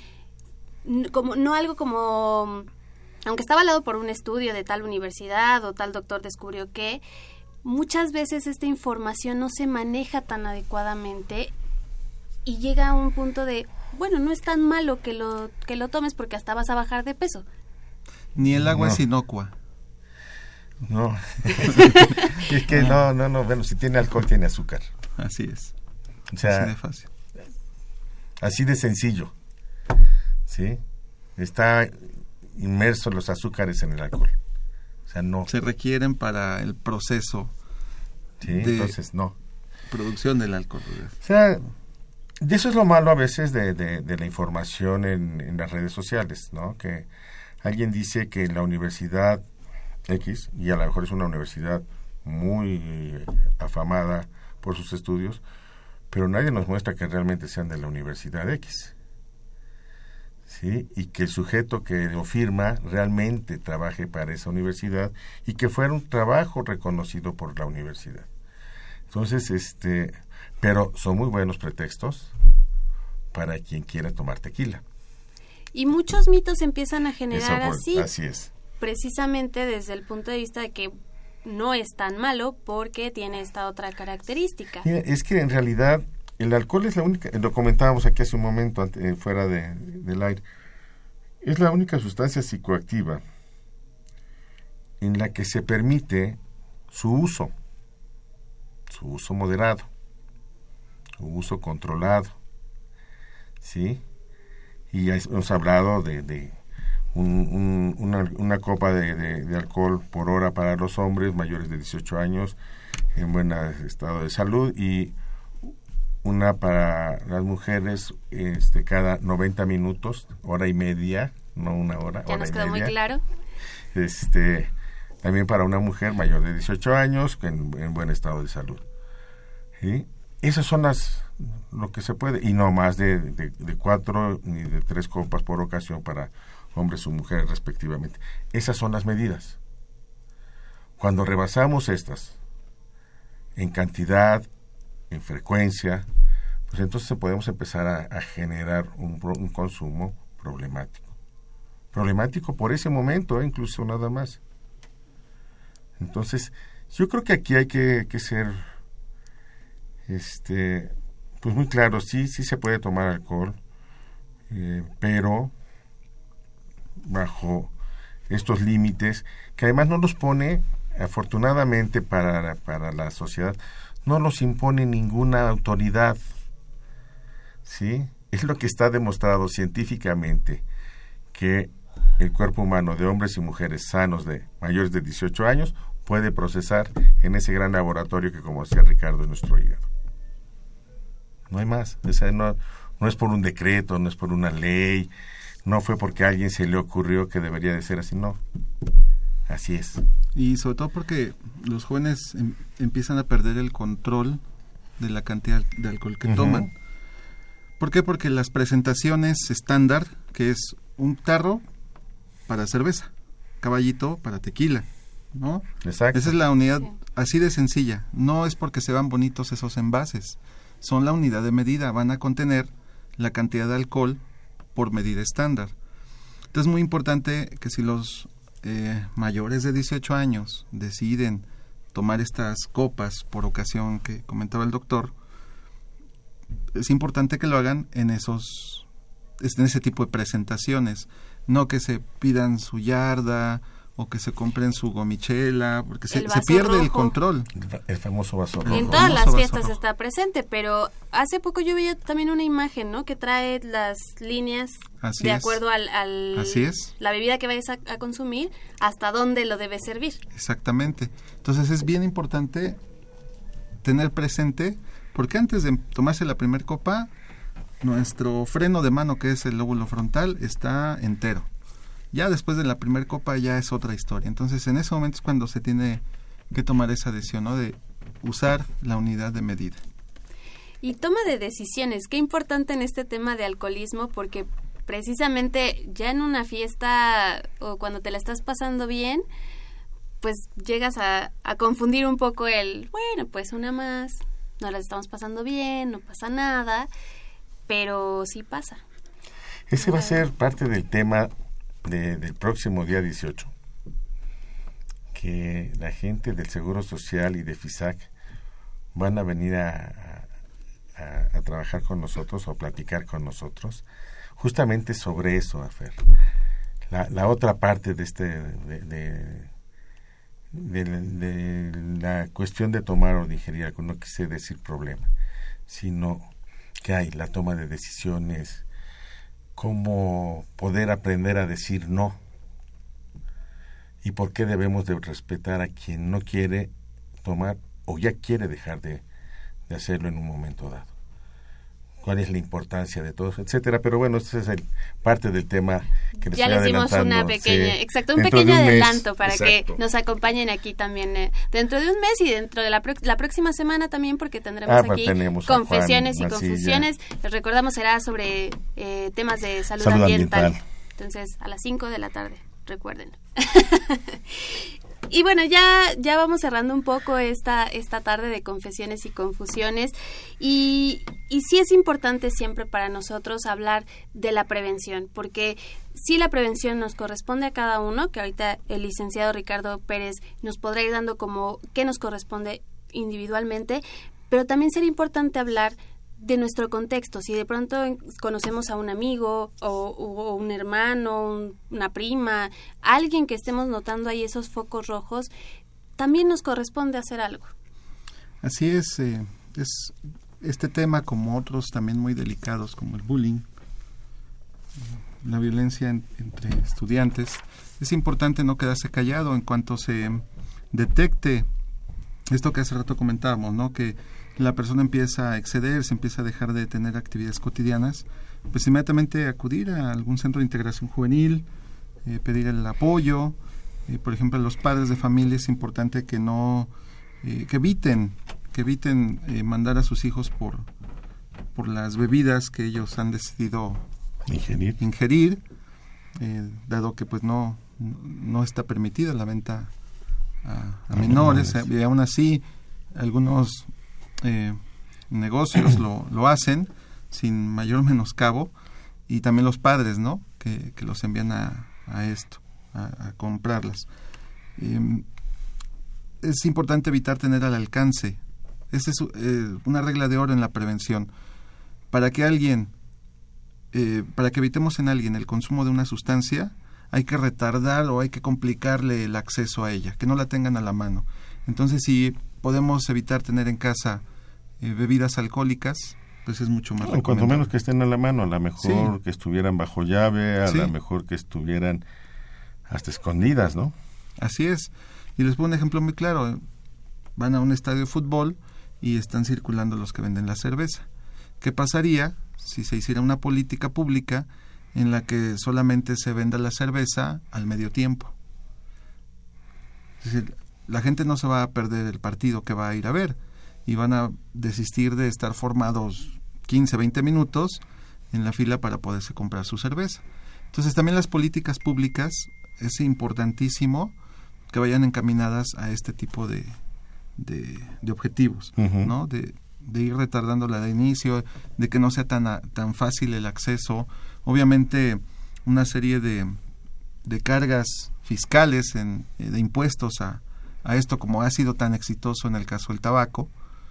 algo como, aunque está avalado por un estudio de tal universidad o tal doctor descubrió que muchas veces esta información no se maneja tan adecuadamente y llega a un punto de, bueno, no es tan malo que lo tomes porque hasta vas a bajar de peso. Ni el agua es inocua. No. Es que no, bueno, si tiene alcohol tiene azúcar. Así es. O sea, así de fácil. Así de sencillo. ¿Sí? Está inmerso los azúcares en el alcohol. O sea, no. Se requieren para el proceso de entonces, no. producción del alcohol. O sea, y eso es lo malo a veces de la información en las redes sociales, ¿no? Que alguien dice que la universidad X, y a lo mejor es una universidad muy afamada por sus estudios, pero nadie nos muestra que realmente sean de la universidad X. ¿Sí? Y que el sujeto que lo firma realmente trabaje para esa universidad y que fuera un trabajo reconocido por la universidad. Entonces, pero son muy buenos pretextos para quien quiera tomar tequila. Y muchos mitos empiezan a generar así. Así es. Precisamente desde el punto de vista de que no es tan malo porque tiene esta otra característica. Mira, es que en realidad el alcohol es la única, lo comentábamos aquí hace un momento fuera del aire, es la única sustancia psicoactiva en la que se permite su uso moderado, su uso controlado, ¿sí? Y hemos hablado de una copa de alcohol por hora para los hombres mayores de 18 años en buen estado de salud y una para las mujeres cada 90 minutos, hora y media, no una hora, ya hora nos y quedó media. Muy claro. También para una mujer mayor de 18 años en buen estado de salud. ¿Sí? Esas son lo que se puede, y no más de 4 ni de 3 copas por ocasión para hombres o mujeres respectivamente. Esas son las medidas. Cuando rebasamos estas en cantidad, en frecuencia, pues entonces podemos empezar a generar un consumo problemático. Problemático por ese momento, incluso nada más. Entonces, yo creo que aquí hay que ser pues muy claro, sí se puede tomar alcohol, pero bajo estos límites, que además no los pone, afortunadamente para la sociedad, no los impone ninguna autoridad, ¿sí? Es lo que está demostrado científicamente, que el cuerpo humano de hombres y mujeres sanos de mayores de 18 años puede procesar en ese gran laboratorio que, como decía Ricardo, es nuestro hígado. No hay más. O sea, no es por un decreto, no es por una ley, no fue porque a alguien se le ocurrió que debería de ser así, no. Así es. Y sobre todo porque los jóvenes empiezan a perder el control de la cantidad de alcohol que toman. ¿Por qué? Porque las presentaciones estándar, que es un tarro para cerveza, caballito para tequila, ¿no? Exacto. Esa es la unidad así de sencilla. No es porque se vean bonitos esos envases. Son la unidad de medida. Van a contener la cantidad de alcohol por medida estándar. Entonces es muy importante que si los mayores de 18 años deciden tomar estas copas por ocasión que comentaba el doctor, es importante que lo hagan en ese tipo de presentaciones, no que se pidan su yarda o que se compren su gomichela, porque se pierde rojo. El control. El famoso vaso rojo. En todas las fiestas está presente, pero hace poco yo veía también una imagen, ¿no? Que trae las líneas de acuerdo al Así es. La bebida que vayas a consumir, hasta dónde lo debes servir. Exactamente. Entonces es bien importante tener presente, porque antes de tomarse la primera copa, nuestro freno de mano, que es el lóbulo frontal, está entero. Ya después de la primera copa ya es otra historia. Entonces, en ese momento es cuando se tiene que tomar esa decisión, ¿no? De usar la unidad de medida. Y toma de decisiones. Qué importante en este tema de alcoholismo, porque precisamente ya en una fiesta o cuando te la estás pasando bien, pues llegas a confundir un poco bueno, pues una más, no las estamos pasando bien, no pasa nada, pero sí pasa. Ese va a ser parte del tema del próximo día 18, que la gente del Seguro Social y de FISAC van a venir a trabajar con nosotros o platicar con nosotros justamente sobre eso, Afer. La otra parte de la cuestión de tomar o digerir algo, no quise decir problema, sino que hay la toma de decisiones, cómo poder aprender a decir no y por qué debemos de respetar a quien no quiere tomar o ya quiere dejar de hacerlo en un momento dado. Cuál es la importancia de todo, etcétera, pero bueno, este es parte del tema que les ya estoy les dimos adelantando. una pequeña, Sí. exacto, un Dentro pequeño de un mes. adelanto para Exacto. que nos acompañen aquí también dentro de un mes y dentro de la próxima semana también, porque tendremos aquí tenemos a confesiones y Juan Mancilla. confusiones. Les recordamos, será sobre temas de salud ambiental. Entonces, a las 5 de la tarde, recuerden. Y bueno, ya vamos cerrando un poco esta tarde de confesiones y confusiones y sí es importante siempre para nosotros hablar de la prevención, porque sí la prevención nos corresponde a cada uno, que ahorita el licenciado Ricardo Pérez nos podrá ir dando como qué nos corresponde individualmente, pero también sería importante hablar de nuestro contexto. Si de pronto conocemos a un amigo o un hermano, una prima, alguien que estemos notando ahí esos focos rojos, también nos corresponde hacer algo. Así es este tema, como otros también muy delicados, como el bullying, la violencia entre estudiantes. Es importante no quedarse callado en cuanto se detecte esto que hace rato comentábamos, ¿no? Que la persona empieza a exceder, se empieza a dejar de tener actividades cotidianas, pues inmediatamente acudir a algún centro de integración juvenil, pedir el apoyo. Por ejemplo, a los padres de familia es importante que no que eviten mandar a sus hijos por las bebidas que ellos han decidido ingerir, dado que pues no está permitida la venta a menores, y aún así algunos negocios lo hacen sin mayor menoscabo, y también los padres, ¿no? Que los envían a esto, a comprarlas. Es importante evitar tener al alcance. Esa es una regla de oro en la prevención. Para que evitemos en alguien el consumo de una sustancia, hay que retardar o hay que complicarle el acceso a ella, que no la tengan a la mano. Entonces, si podemos evitar tener en casa bebidas alcohólicas, pues es mucho más recomendable. Cuanto menos que estén a la mano, a lo mejor que estuvieran bajo llave, a lo mejor que estuvieran hasta escondidas, ¿no? Así es. Y les pongo un ejemplo muy claro. Van a un estadio de fútbol y están circulando los que venden la cerveza. ¿Qué pasaría si se hiciera una política pública en la que solamente se venda la cerveza al medio tiempo? Es decir, la gente no se va a perder el partido que va a ir a ver y van a desistir de estar formados 15, 20 minutos en la fila para poderse comprar su cerveza. Entonces, también las políticas públicas es importantísimo que vayan encaminadas a este tipo de objetivos, ¿no? De ir retardándola de inicio, de que no sea tan fácil el acceso. Obviamente, una serie de cargas fiscales, de impuestos a esto, como ha sido tan exitoso en el caso del tabaco,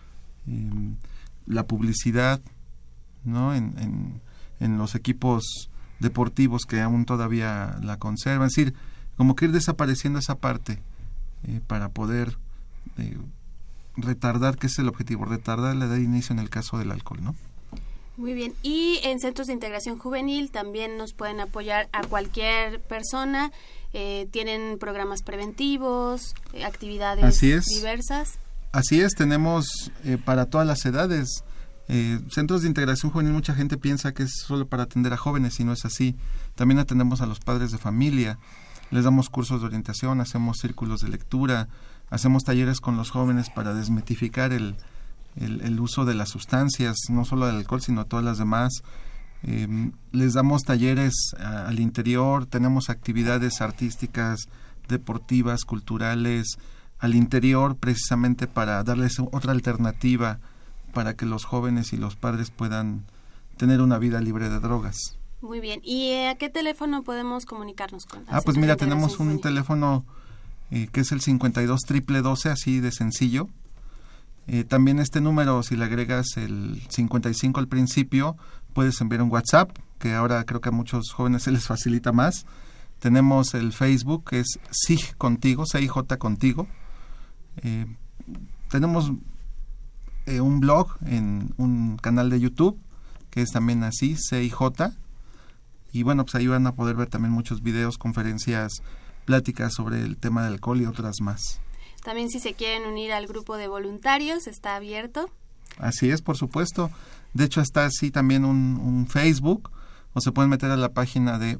la publicidad, ¿no? En los equipos deportivos que aún todavía la conservan, es decir, como que ir desapareciendo esa parte para poder retardar, que es el objetivo, retardar la edad de inicio en el caso del alcohol, ¿no? Muy bien. Y en centros de integración juvenil también nos pueden apoyar a cualquier persona. Tienen programas preventivos, actividades diversas. Así es, tenemos para todas las edades. Centros de integración juvenil, mucha gente piensa que es solo para atender a jóvenes y no es así. También atendemos a los padres de familia, les damos cursos de orientación, hacemos círculos de lectura, hacemos talleres con los jóvenes para desmitificar el uso de las sustancias, no solo del alcohol, sino todas las demás. Les damos talleres al interior, tenemos actividades artísticas, deportivas, culturales, al interior, precisamente para darles otra alternativa para que los jóvenes y los padres puedan tener una vida libre de drogas. Muy bien. ¿Y a qué teléfono podemos comunicarnos con? Pues mira, tenemos un teléfono que es el 52-1212, así de sencillo. También este número, si le agregas el 55 al principio, puedes enviar un WhatsApp, que ahora creo que a muchos jóvenes se les facilita más. Tenemos el Facebook, que es CIJ Contigo, CIJ Contigo. Tenemos un blog en un canal de YouTube, que es también así, CIJ. Y bueno, pues ahí van a poder ver también muchos videos, conferencias, pláticas sobre el tema del alcohol y otras más. También si se quieren unir al grupo de voluntarios, está abierto. Así es, por supuesto. De hecho, está así también un Facebook, o se pueden meter a la página de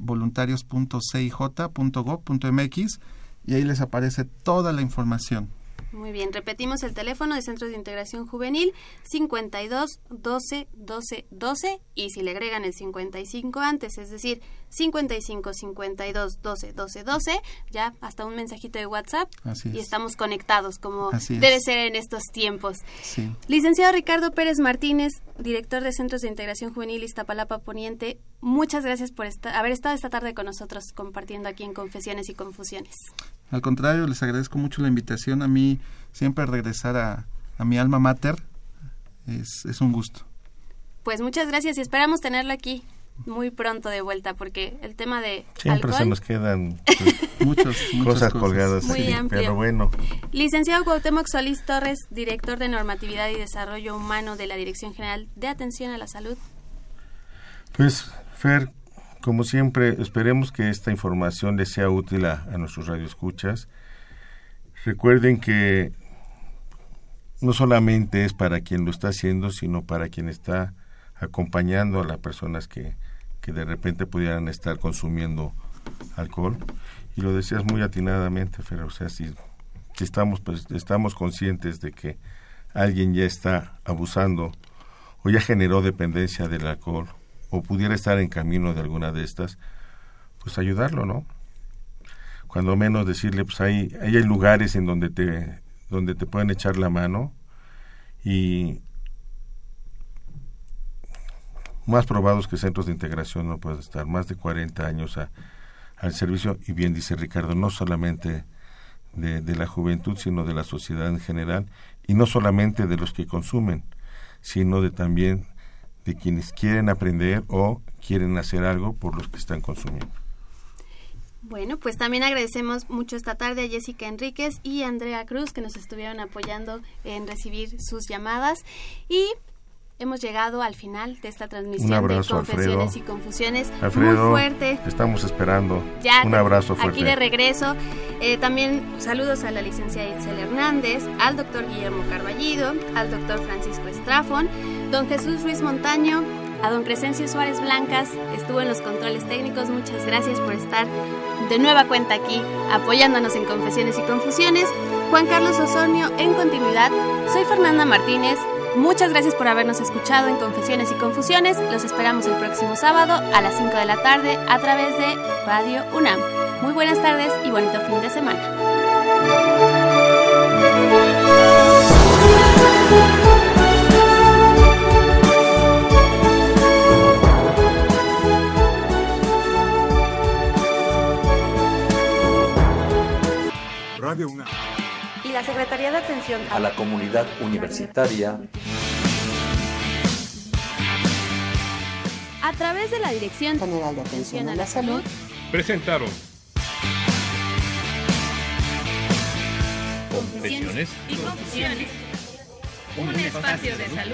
voluntarios.cij.gov.mx y ahí les aparece toda la información. Muy bien, repetimos el teléfono de Centros de Integración Juvenil, 52 12 12 12, y si le agregan el 55 antes, es decir, 55 52 12 12 12, ya hasta un mensajito de WhatsApp. Así es. Y estamos conectados como Así es. Debe ser en estos tiempos. Sí. Licenciado Ricardo Pérez Martínez, director de Centros de Integración Juvenil Iztapalapa Poniente, muchas gracias por haber estado esta tarde con nosotros compartiendo aquí en Confesiones y Confusiones. Al contrario, les agradezco mucho la invitación. A mí siempre regresar a mi alma mater es un gusto. Pues muchas gracias y esperamos tenerlo aquí muy pronto de vuelta, porque el tema de siempre alcohol, se nos quedan muchas cosas colgadas muy aquí, amplio. pero bueno. Licenciado Cuauhtémoc Solís Torres, director de Normatividad y Desarrollo Humano de la Dirección General de Atención a la Salud. Pues, Fer, como siempre, esperemos que esta información les sea útil a nuestros radioescuchas. Recuerden que no solamente es para quien lo está haciendo, sino para quien está acompañando a las personas que de repente pudieran estar consumiendo alcohol. Y lo decías muy atinadamente, Fer, o sea, si estamos conscientes de que alguien ya está abusando o ya generó dependencia del alcohol, o pudiera estar en camino de alguna de estas, pues ayudarlo, ¿no? Cuando menos decirle, pues hay lugares en donde te pueden echar la mano, y más probados que centros de integración no puede estar, más de 40 años al servicio, y bien dice Ricardo, no solamente de la juventud, sino de la sociedad en general, y no solamente de los que consumen, sino también de quienes quieren aprender o quieren hacer algo por los que están consumiendo. Bueno, pues también agradecemos mucho esta tarde a Jessica Enríquez y a Andrea Cruz, que nos estuvieron apoyando en recibir sus llamadas, y hemos llegado al final de esta transmisión. Un abrazo, de Confesiones Alfredo. Y Confusiones. Alfredo, muy fuerte. te estamos esperando. Ya, un abrazo fuerte. Aquí de regreso. También saludos a la licenciada Itzel Hernández, al doctor Guillermo Carballido, al doctor Francisco Estrafón, don Jesús Ruiz Montaño, a don Crescencio Suárez Blancas, estuvo en los controles técnicos. Muchas gracias por estar de nueva cuenta aquí apoyándonos en Confesiones y Confusiones. Juan Carlos Osorio en continuidad. Soy Fernanda Martínez. Muchas gracias por habernos escuchado en Confesiones y Confusiones. Los esperamos el próximo sábado a las 5 de la tarde a través de Radio UNAM. Muy buenas tardes y bonito fin de semana. Radio UNAM Y la Secretaría de Atención a la Comunidad Universitaria a través de la Dirección General de Atención a la Salud presentaron Confesiones y Confusiones. Un espacio de salud